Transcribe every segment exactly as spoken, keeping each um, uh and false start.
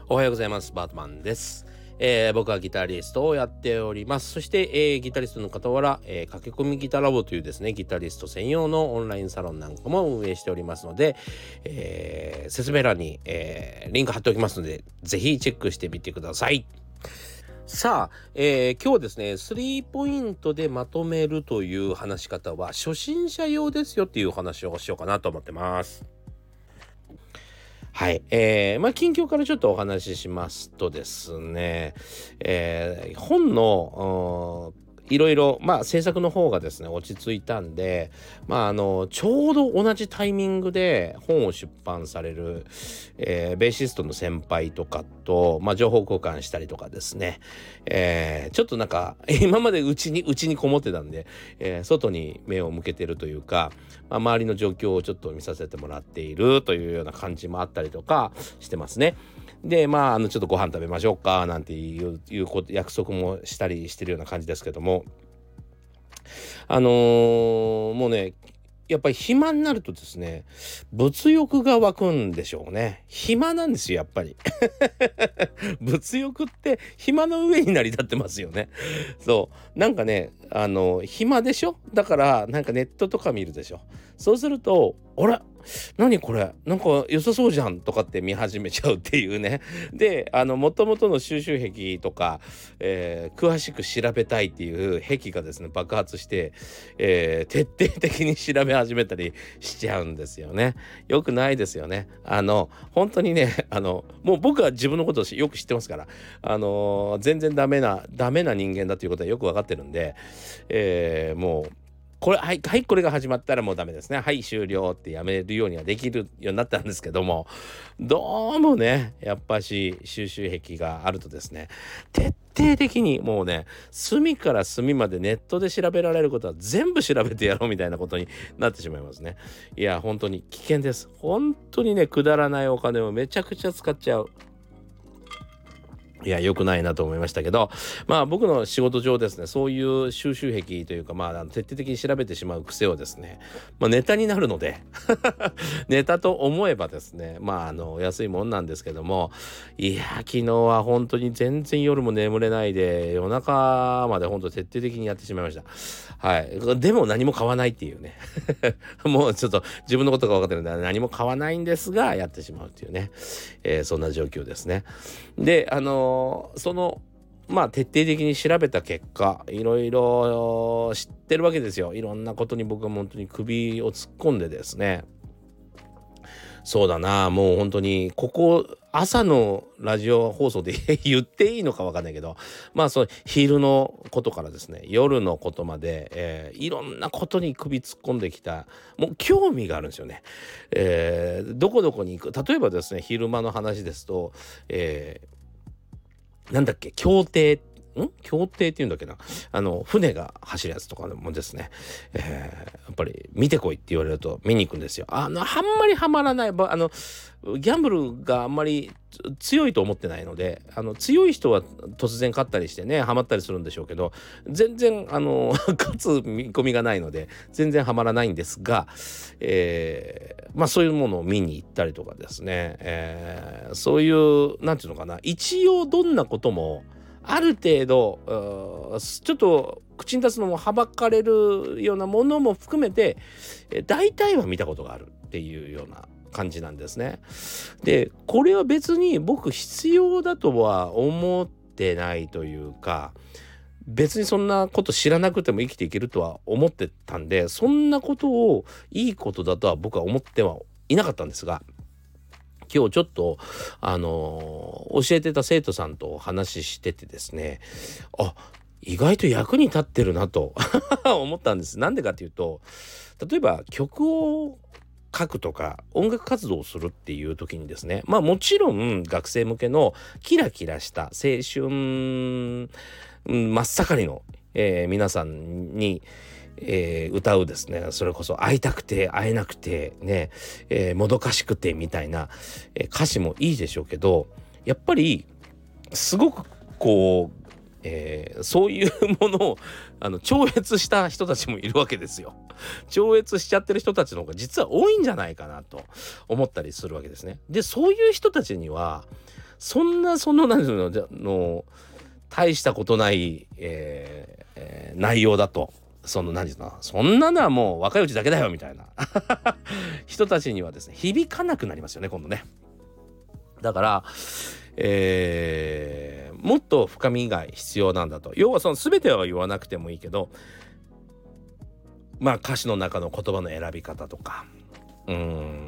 おはようございます。バートマンです。えー、僕はギタリストをやっております。そして、えー、ギタリストの傍ら、えー、駆け込みギタラボというですねギタリスト専用のオンラインサロンなんかも運営しておりますので、えー、説明欄に、えー、リンク貼っておきますので、ぜひチェックしてみてください。さあ、えー、今日はですねスリーポイントでまとめるという話し方は初心者用ですよっていう話をしようかなと思ってます。はい、えー、まあ近況からちょっとお話ししますとですね、えー、本のいろいろまあ制作の方がですね落ち着いたんで、まああのちょうど同じタイミングで本を出版される、えー、ベーシストの先輩とかと、まあ、情報交換したりとかですね、えー、ちょっとなんか今までうちにうちにこもってたんで、えー、外に目を向けてるというか、まあ、周りの状況をちょっと見させてもらっているというような感じもあったりとかしてますね。でまああのちょっとご飯食べましょうかなんていういうこと約束もしたりしてるような感じですけども、あのー、もうねやっぱり暇になるとですね物欲が湧くんでしょうね。暇なんですよやっぱり物欲って暇の上に成り立ってますよね。そうなんかねあの暇でしょ。だからなんかネットとか見るでしょ。そうするとあれ何これなんか良さそうじゃんとかって見始めちゃうっていうね。であの元々の収集癖とか、えー、詳しく調べたいっていう癖がですね爆発して、えー、徹底的に調べ始めたりしちゃうんですよね。よくないですよね。あの本当にねあのもう僕は自分のことをよく知ってますから、あのー、全然ダメなダメな人間だということはよく分かってるんで、えー、もうこれはい、はい、これが始まったらもうダメですね。はい終了ってやめるようにはできるようになったんですけども、どうもねやっぱし収集癖があるとですね徹底的にもうね隅から隅までネットで調べられることは全部調べてやろうみたいなことになってしまいますね。いや本当に危険です。本当にねくだらないお金をめちゃくちゃ使っちゃう。いや良くないなと思いましたけど、まあ僕の仕事上ですねそういう収集癖というか、まあ、あの徹底的に調べてしまう癖をですね、まあ、ネタになるのでネタと思えばですねまああの安いもんなんですけども、いや昨日は本当に全然夜も眠れないで夜中まで本当徹底的にやってしまいました。はい。でも何も買わないっていうねもうちょっと自分のことが分かってるんで何も買わないんですがやってしまうっていうね、えー、そんな状況ですね。であのそのまあ徹底的に調べた結果いろいろ知ってるわけですよ。いろんなことに僕は本当に首を突っ込んでですね、そうだなもう本当にここ朝のラジオ放送で言っていいのか分かんないけど、まあそう昼のことからですね夜のことまで、えー、いろんなことに首突っ込んできたもう興味があるんですよね。えー、どこどこに行く例えばですね昼間の話ですと、えーなんだっけ協定ん協定っていうんだっけなあの船が走るやつとかもですね、えー、やっぱり見てこいって言われると見に行くんですよ。あのあんまりハマらないあのギャンブルがあんまり強いと思ってないので、あの強い人は突然勝ったりしてねハマったりするんでしょうけど全然あの勝つ見込みがないので全然ハマらないんですが、えー、まあそういうものを見に行ったりとかですね、えー、そういうなんていうのかな一応どんなこともある程度ちょっと口に出すのもはばかれるようなものも含めて大体は見たことがあるっていうような感じなんですね。でこれは別に僕必要だとは思ってないというか、別にそんなこと知らなくても生きていけるとは思ってたんで、そんなことをいいことだとは僕は思ってはいなかったんですが、今日ちょっとあのー、教えてた生徒さんとお話ししててですね、あ意外と役に立ってるなと思ったんです。なんでかっていうと、例えば曲を書くとか音楽活動をするっていう時にですね、まあもちろん学生向けのキラキラした青春真っ盛りの、えー、皆さんにえー、歌うですねそれこそ会いたくて会えなくてね、えー、もどかしくてみたいな、えー、歌詞もいいでしょうけど、やっぱりすごくこう、えー、そういうものをあの超越した人たちもいるわけですよ。超越しちゃってる人たちの方が実は多いんじゃないかなと思ったりするわけですね。でそういう人たちにはそんなその何ていうのじゃの大したことない、えーえー、内容だと、その何ていうのそんなのはもう若いうちだけだよみたいな人たちにはですね響かなくなりますよね今度ね。だから、えー、もっと深みが必要なんだと。要はその全ては言わなくてもいいけど、まあ歌詞の中の言葉の選び方とか、うん、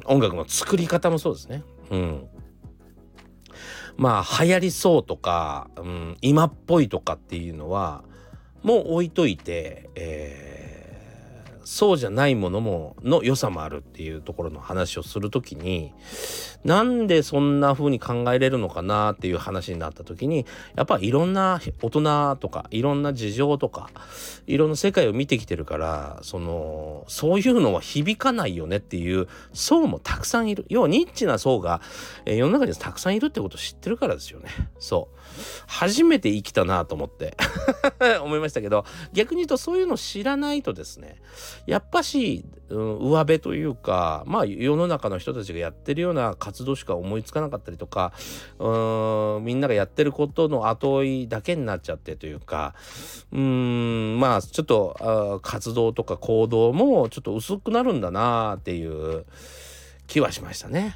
音楽の作り方もそうですね。うん。まあ流行りそうとか、うん、今っぽいとかっていうのはもう置いといて、えー、そうじゃないものもの良さもあるっていうところの話をするときに、なんでそんな風に考えれるのかなっていう話になった時に、やっぱいろんな大人とかいろんな事情とかいろんな世界を見てきてるから、そのそういうのは響かないよねっていう層もたくさんいる。要はニッチな層が、えー、世の中にたくさんいるってことを知ってるからですよね。そう初めて生きたなと思って思いましたけど、逆に言うとそういうのを知らないとですね、やっぱし、うん、上辺というか、まあ世の中の人たちがやってるような活動しか思いつかなかったりとか、うーんみんながやってることの後追いだけになっちゃってというか、うーんまあちょっとあ活動とか行動もちょっと薄くなるんだなっていう気はしましたね。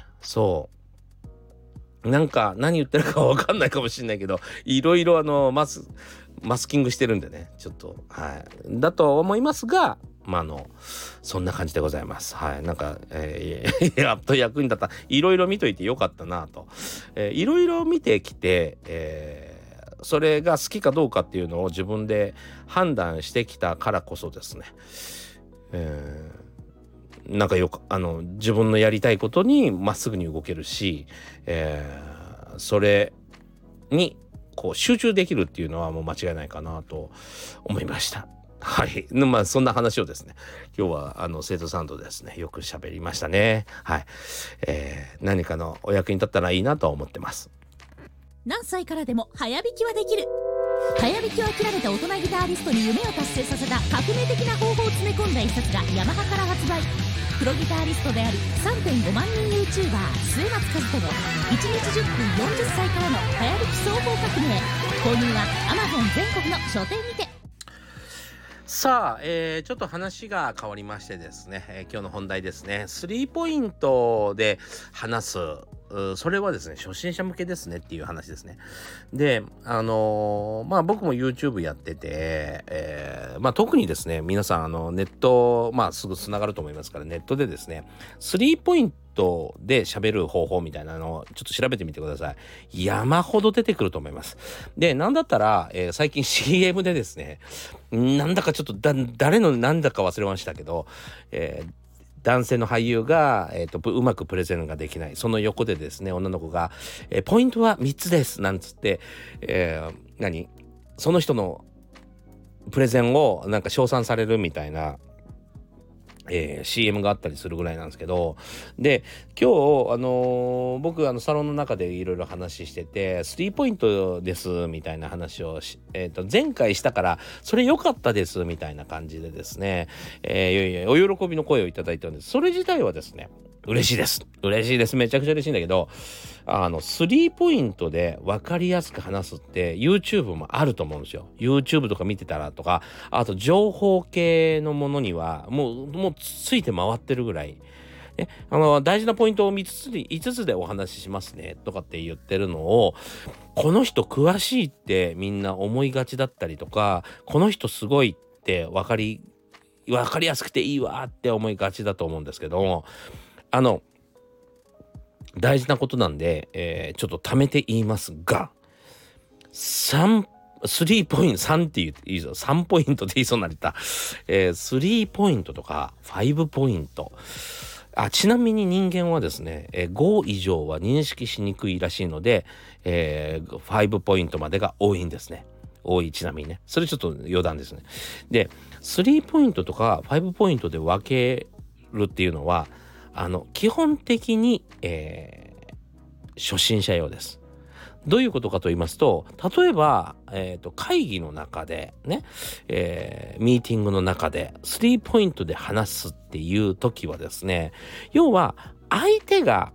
そうなんか何言ってるかわかんないかもしれないけど、いろいろあのマスマスキングしてるんでね、ちょっとはいだと思いますが、まああのそんな感じでございます。はい、なんか、えー、やっと役に立った。いろいろ見といてよかったなと、えー、いろいろ見てきて、えー、それが好きかどうかっていうのを自分で判断してきたからこそですね、えー、なんかよくあの自分のやりたいことにまっすぐに動けるし、えー、それにこう集中できるっていうのはもう間違いないかなと思いました。はい。まあそんな話をですね、今日はあの生徒さんとですね、よく喋りましたね。はい。えー、何かのお役に立ったらいいなと思ってます。 何歳からでも早弾きはできる。早弾きを諦めた大人ギタリストに夢を達成させた革命的な方法を詰め込んだ一冊がヤマハから発売。プロギタリストであり さんてんご 万人 YouTuber 末松和人のいちにちじゅっぷんよんじゅっさいからの早弾き総合革命。購入は Amazon 全国の書店にて。 さあ、えー、ちょっと話が変わりましてですね、えー、今日の本題ですね。スリーポイントで話す、それはですね初心者向けですねっていう話ですね。であのー、まあ僕も YouTube やってて、えー、まあ特にですね皆さんあのネットまあすぐつながると思いますから、ネットでですねスリーポイントで喋る方法みたいなのをちょっと調べてみてください。山ほど出てくると思います。でなんだったら、えー、最近 シーエム でですねなんだかちょっとだ誰のなんだか忘れましたけど、えー男性の俳優が、えーと、うまくプレゼンができない。その横でですね、女の子が、えー、ポイントはみっつです。なんつって、えー、何その人のプレゼンをなんか称賛されるみたいな、えー、シーエム があったりするぐらいなんですけど、で今日あのー、僕あのサロンの中でいろいろ話しててスリーポイントですみたいな話をし、えー、と前回したからそれ良かったですみたいな感じでですね、えー、お喜びの声をいただいたんです。それ自体はですね嬉しいです嬉しいですめちゃくちゃ嬉しいんだけど、あのスリーポイントで分かりやすく話すって YouTube もあると思うんですよ。 YouTube とか見てたらとか、あと情報系のものにはもうもうついて回ってるぐらい、ね、あの大事なポイントをみっつでいつつでお話ししますねとかって言ってるのを、この人詳しいってみんな思いがちだったりとか、この人すごいって分かり分かりやすくていいわって思いがちだと思うんですけども、あの大事なことなんで、えー、ちょっと貯めて言いますが、さん、スリーポイント、さんって言っていいぞ、さんポイントって言いそうになった。えー、スリーポイントとかごポイント。あ、ちなみに人間はですね、えー、ご以上は認識しにくいらしいので、えー、ごポイントまでが多いんですね。多い、ちなみにね。それちょっと余談ですね。で、スリーポイントとかごポイントで分けるっていうのは、あの基本的に、えー、初心者用です。どういうことかと言いますと、例えば、えーと、会議の中でね、えー、ミーティングの中でスリーポイントで話すっていう時はですね、要は相手が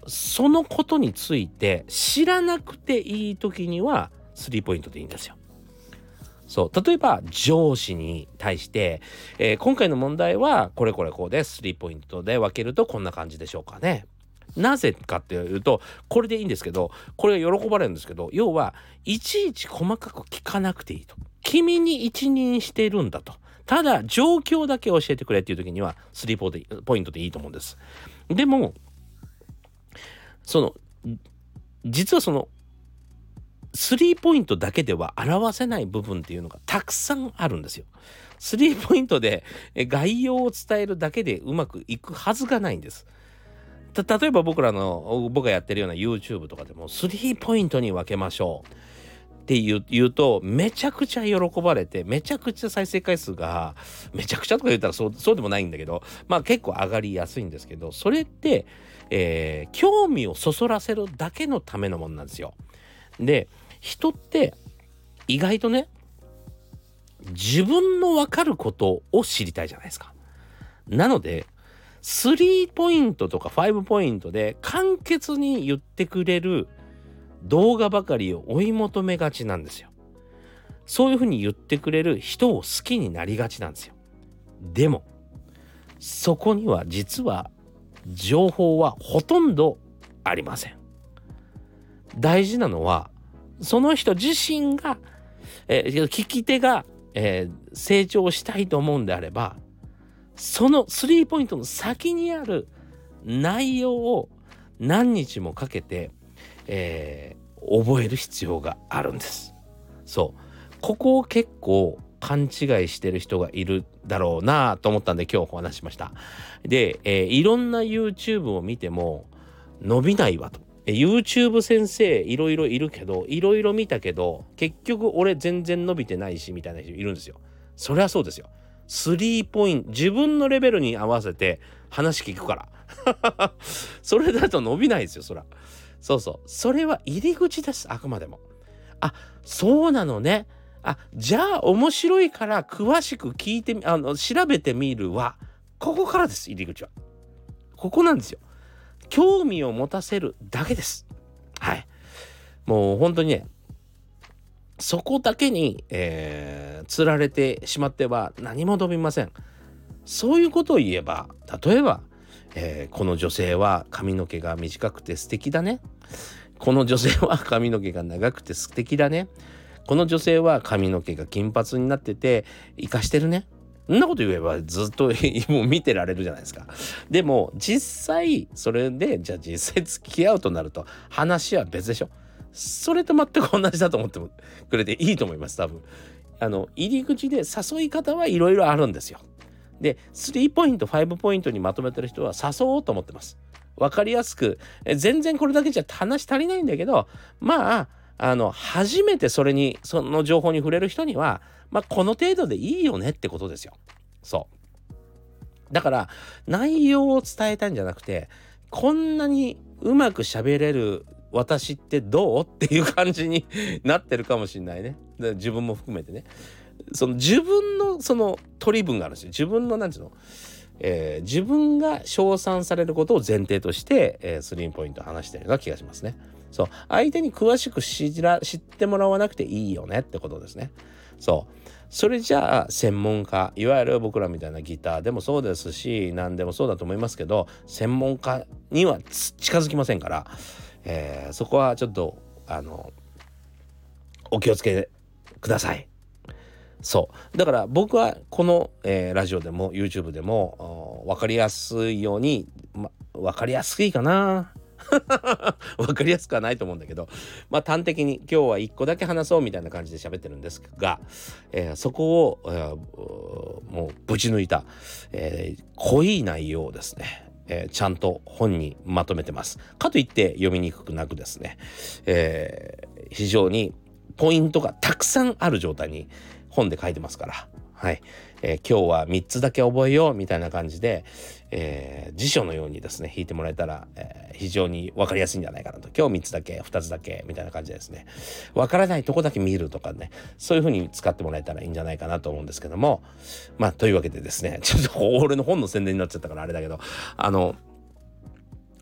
そのことについて知らなくていい時にはスリーポイントでいいんですよ。そう例えば上司に対して、えー、今回の問題はこれこれこうでスリーポイントで分けるとこんな感じでしょうかね。なぜかっていうとこれでいいんですけど、これが喜ばれるんですけど、要はいちいち細かく聞かなくていいと。君に一任しているんだと。ただ状況だけ教えてくれっていう時にはスリーポイントでいいと思うんです。でもその実はそのスリーポイントだけでは表せない部分っていうのがたくさんあるんですよ。スリーポイントで概要を伝えるだけでうまくいくはずがないんです。た例えば僕らの僕がやってるような YouTube とかでもスリーポイントに分けましょうって言う、言うとめちゃくちゃ喜ばれて、めちゃくちゃ再生回数がめちゃくちゃとか言ったらそう、そうでもないんだけど、まあ結構上がりやすいんですけど、それって、えー、興味をそそらせるだけのためのものなんですよ。で人って意外とね自分の分かることを知りたいじゃないですか。なのでスリーポイントとかファイブポイントで簡潔に言ってくれる動画ばかりを追い求めがちなんですよ。そういうふうに言ってくれる人を好きになりがちなんですよ。でもそこには実は情報はほとんどありません。大事なのはその人自身が、えー、聞き手が、えー、成長したいと思うんであれば、そのスリーポイントの先にある内容を何日もかけて、えー、覚える必要があるんです。そうここを結構勘違いしてる人がいるだろうなと思ったんで今日お話しました。で、えー、いろんな YouTube を見ても伸びないわと。YouTube 先生いろいろいるけどいろいろ見たけど結局俺全然伸びてないしみたいな人いるんですよ。そりゃそうですよ。スリーポイント自分のレベルに合わせて話聞くからそれだと伸びないですよ。そらそうそうそれは入り口です。あくまでもあそうなのね、あじゃあ面白いから詳しく聞いてあの調べてみるはここからです。入り口はここなんですよ。興味を持たせるだけです。はいもう本当にねそこだけに、えー、釣られてしまっては何も伸びません。そういうことを言えば例えば、えー、この女性は髪の毛が短くて素敵だね、この女性は髪の毛が長くて素敵だね、この女性は髪の毛が金髪になっててイカしてるね、そんなこと言えばずっともう見てられるじゃないですか。でも実際それでじゃあ実際付き合うとなると話は別でしょ。それと全く同じだと思ってもくれていいと思います。多分あの入り口で誘い方はいろいろあるんですよ。でスリーポイントファイブポイントにまとめてる人は誘おうと思ってます。わかりやすくえ全然これだけじゃ話足りないんだけど、まああの初めてそれにその情報に触れる人にはまあこの程度でいいよねってことですよ。そうだから内容を伝えたいんじゃなくて、こんなにうまく喋れる私ってどうっていう感じになってるかもしれないね。で自分も含めてね、その自分のその取り分があるんですよ。自分のなんていうの、えー、自分が称賛されることを前提として、えー、スリーポイント話してるような気がしますね。そう相手に詳しく知ら知ってもらわなくていいよねってことですね。そうそれじゃあ専門家、いわゆる僕らみたいなギターでもそうですし何でもそうだと思いますけど、専門家には近づきませんから、えー、そこはちょっとあのお気をつけください。そうだから僕はこの、えー、ラジオでも YouTube でも分かりやすいように、ま、分かりやすいかな分かりやすくはないと思うんだけど、まあ端的に今日はいっこだけ話そうみたいな感じで喋ってるんですが、えー、そこを、えー、もうぶち抜いた、えー、濃い内容をですね、えー、ちゃんと本にまとめてます。かといって読みにくくなくですね、えー、非常にポイントがたくさんある状態に本で書いてますから、はい、えー、今日はみっつだけ覚えようみたいな感じで、えー、辞書のようにですね引いてもらえたら、えー、非常に分かりやすいんじゃないかなと。今日みっつだけふたつだけみたいな感じでですね、分からないとこだけ見るとかね、そういう風に使ってもらえたらいいんじゃないかなと思うんですけども、まあというわけでですね、ちょっと俺の本の宣伝になっちゃったからあれだけど、あの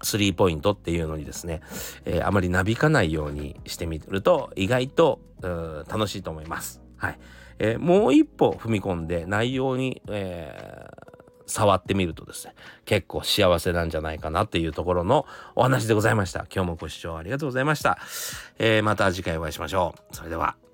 スリーポイントっていうのにですね、えー、あまりなびかないようにしてみると意外と楽しいと思います。はい、えー、もう一歩踏み込んで内容に、えー、触ってみるとですね、結構幸せなんじゃないかなっていうところのお話でございました。今日もご視聴ありがとうございました。えー、また次回お会いしましょう。それでは。